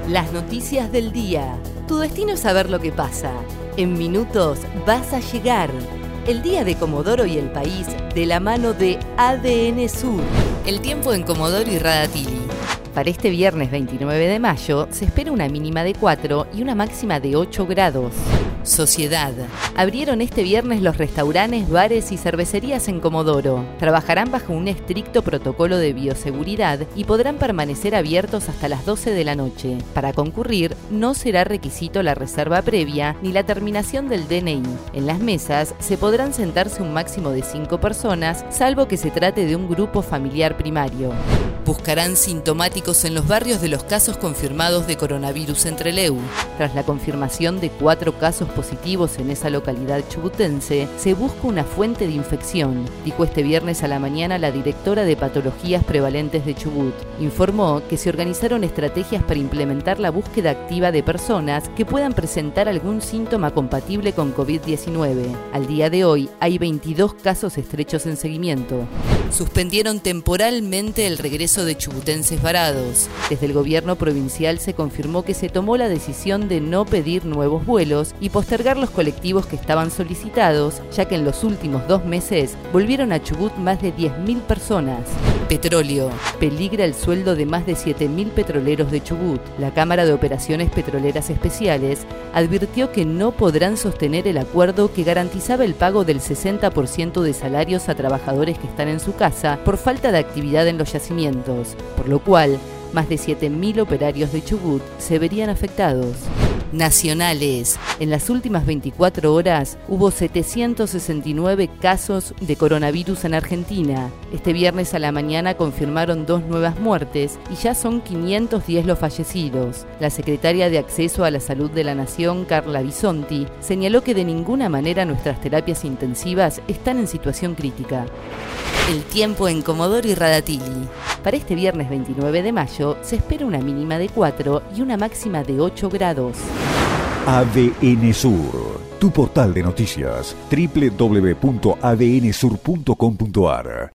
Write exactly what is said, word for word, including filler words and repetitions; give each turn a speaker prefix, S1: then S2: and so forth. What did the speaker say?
S1: Las noticias del día. Tu destino es saber lo que pasa. En minutos vas a llegar. El día de Comodoro y el país de la mano de A D N Sur. El tiempo en Comodoro y Radatili. Para este viernes veintinueve de mayo se espera una mínima de cuatro y una máxima de ocho grados. Sociedad. Abrieron este viernes los restaurantes, bares y cervecerías en Comodoro. Trabajarán bajo un estricto protocolo de bioseguridad y podrán permanecer abiertos hasta las doce de la noche. Para concurrir, no será requisito la reserva previa ni la terminación del D N I. En las mesas se podrán sentarse un máximo de cinco personas, salvo que se trate de un grupo familiar primario. Buscarán sintomáticos en los barrios de los casos confirmados de coronavirus en Trelew. Tras la confirmación de cuatro casos positivos en esa localidad chubutense, se busca una fuente de infección, dijo este viernes a la mañana la directora de Patologías Prevalentes de Chubut. Informó que se organizaron estrategias para implementar la búsqueda activa de personas que puedan presentar algún síntoma compatible con COVID diecinueve. Al día de hoy hay veintidós casos estrechos en seguimiento. Suspendieron temporalmente el regreso de chubutenses varados. Desde el gobierno provincial se confirmó que se tomó la decisión de no pedir nuevos vuelos y postergar los colectivos que estaban solicitados, ya que en los últimos dos meses volvieron a Chubut más de diez mil personas. Petróleo. Peligra el sueldo de más de siete mil petroleros de Chubut. La Cámara de Operaciones Petroleras Especiales advirtió que no podrán sostener el acuerdo que garantizaba el pago del sesenta por ciento de salarios a trabajadores que están en su casa por falta de actividad en los yacimientos, por lo cual más de siete mil operarios de Chubut se verían afectados. Nacionales. En las últimas veinticuatro horas hubo setecientos sesenta y nueve casos de coronavirus en Argentina. Este viernes a la mañana confirmaron dos nuevas muertes y ya son quinientos diez los fallecidos. La secretaria de Acceso a la Salud de la Nación, Carla Bisonti, señaló que de ninguna manera nuestras terapias intensivas están en situación crítica. El tiempo en Comodoro y Radatili. Para este viernes veintinueve de mayo se espera una mínima de cuatro y una máxima de ocho grados.
S2: A D N Sur, tu portal de noticias, doble u doble u doble u punto a d n sur punto com punto a r.